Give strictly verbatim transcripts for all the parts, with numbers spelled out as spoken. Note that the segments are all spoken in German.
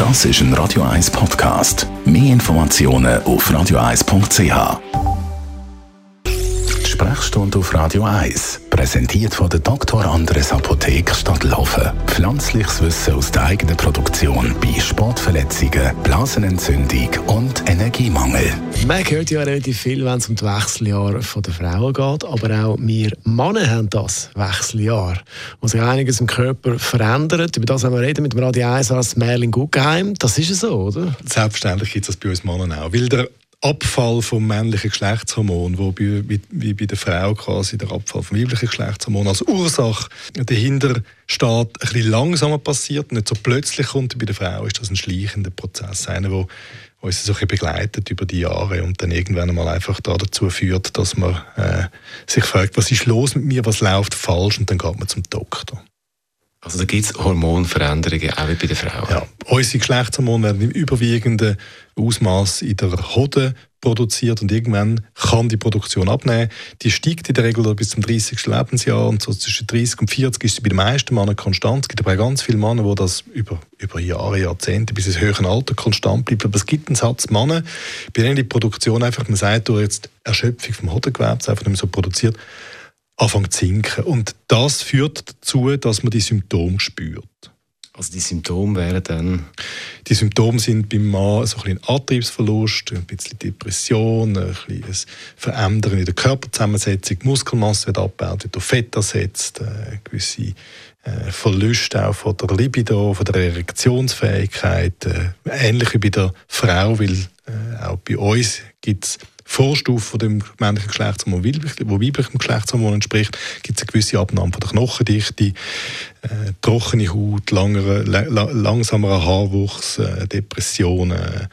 Das ist ein Radio eins Podcast. Mehr Informationen auf radio eins punkt c h. Die Sprechstunde auf Radio eins, präsentiert von der Doktor Andres Apotheke Stadtlaufen. Pflanzliches Wissen aus der eigenen Produktion bei Sportverletzungen, Blasenentzündung und Energiemangel. Man hört ja relativ viel, wenn es um die Wechseljahre der Frauen geht, aber auch wir Männer haben das Wechseljahr, wo sich einiges im Körper verändert. Über das haben wir reden mit dem Radio eins als Merlin Guggenheim. Das ist ja so, oder? Selbstverständlich gibt es das bei uns Männern auch. Weil der Abfall vom männlichen Geschlechtshormon, wo bei, wie, wie bei der Frau quasi der Abfall vom weiblichen Geschlechtshormon als Ursache dahinter steht, ein bisschen langsamer passiert, nicht so plötzlich kommt. Bei der Frau ist das ein schleichender Prozess, einer, der uns so ein bisschen begleitet über die Jahre und dann irgendwann einmal einfach da dazu führt, dass man äh, sich fragt, was ist los mit mir, was läuft falsch, und dann geht man zum Doktor. Also da gibt es Hormonveränderungen, auch wie bei den Frauen? Ja, unsere Geschlechtshormone werden im überwiegenden Ausmaß in der Hoden produziert und irgendwann kann die Produktion abnehmen. Die steigt in der Regel bis zum dreißigsten Lebensjahr und so zwischen dreißig und vierzig ist sie bei den meisten Männern konstant. Es gibt aber auch ganz viele Männer, die das über, über Jahre, Jahrzehnte bis ins höhere Alter konstant bleibt. Aber es gibt einen Satz Männer, bei denen die Produktion einfach, man sagt, durch jetzt Erschöpfung vom Hodengewebs einfach nicht mehr so produziert, anfängt zu sinken. Und das führt dazu, dass man die Symptome spürt. Also die Symptome wären dann? Die Symptome sind beim Mann so ein bisschen Antriebsverlust, ein bisschen Depression, ein bisschen ein Verändern in der Körperzusammensetzung, die Muskelmasse wird abgebaut, wird durch Fett ersetzt, äh, gewisse äh, Verluste auch von der Libido, von der Erektionsfähigkeit, äh, ähnlich wie bei der Frau, weil äh, auch bei uns gibt es Vorstufe von dem männlichen Geschlechtshormon, wo weiblichem Geschlechtshormon entspricht, gibt es eine gewisse Abnahme von der Knochendichte, äh, trockene Haut, langere, la, langsamerer Haarwuchs, äh, Depressionen, äh,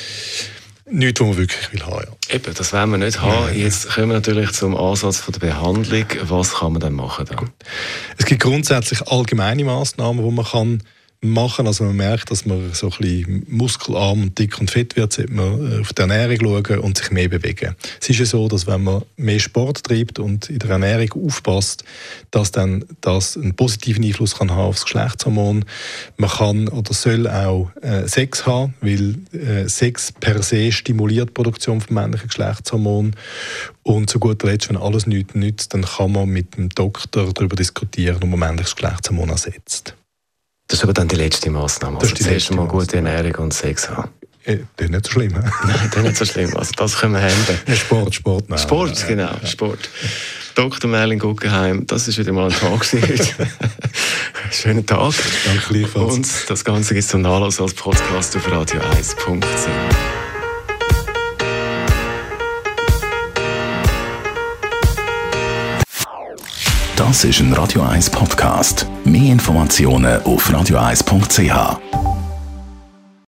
nichts, was man wirklich will haben. Ja. Eben, das wollen wir nicht haben. Jetzt kommen wir natürlich zum Ansatz von der Behandlung. Was kann man dann machen dann? Es gibt grundsätzlich allgemeine Massnahmen, die man kann machen. Also man merkt, dass man so ein bisschen muskelarm und dick und fett wird, sollte man auf die Ernährung schauen und sich mehr bewegen. Es ist ja so, dass wenn man mehr Sport treibt und in der Ernährung aufpasst, dass dann das einen positiven Einfluss kann haben auf das Geschlechtshormon. Man kann oder soll auch äh, Sex haben, weil äh, Sex per se stimuliert die Produktion von männlichen Geschlechtshormon. Und zu guter Letzt, wenn alles nichts nützt, dann kann man mit dem Doktor darüber diskutieren, ob man männliches Geschlechtshormon ersetzt. Das ist aber dann die letzte Massnahme. Also das erste Mal gute Ernährung und Sex haben. Ja, das ist nicht so schlimm. Nein, das ist nicht so schlimm. Also das können wir handeln. Sport, Sport. Nein. Sport, genau. Ja. Sport. Doktor Merlin Guggenheim, das war wieder mal ein Tag. Schönen Tag. Danke gleichfalls. Und das Ganze gibt es zum Nachlassen als Podcast auf radio eins punkt c h. Das ist ein Radio eins Podcast. Mehr Informationen auf radio eins punkt c h.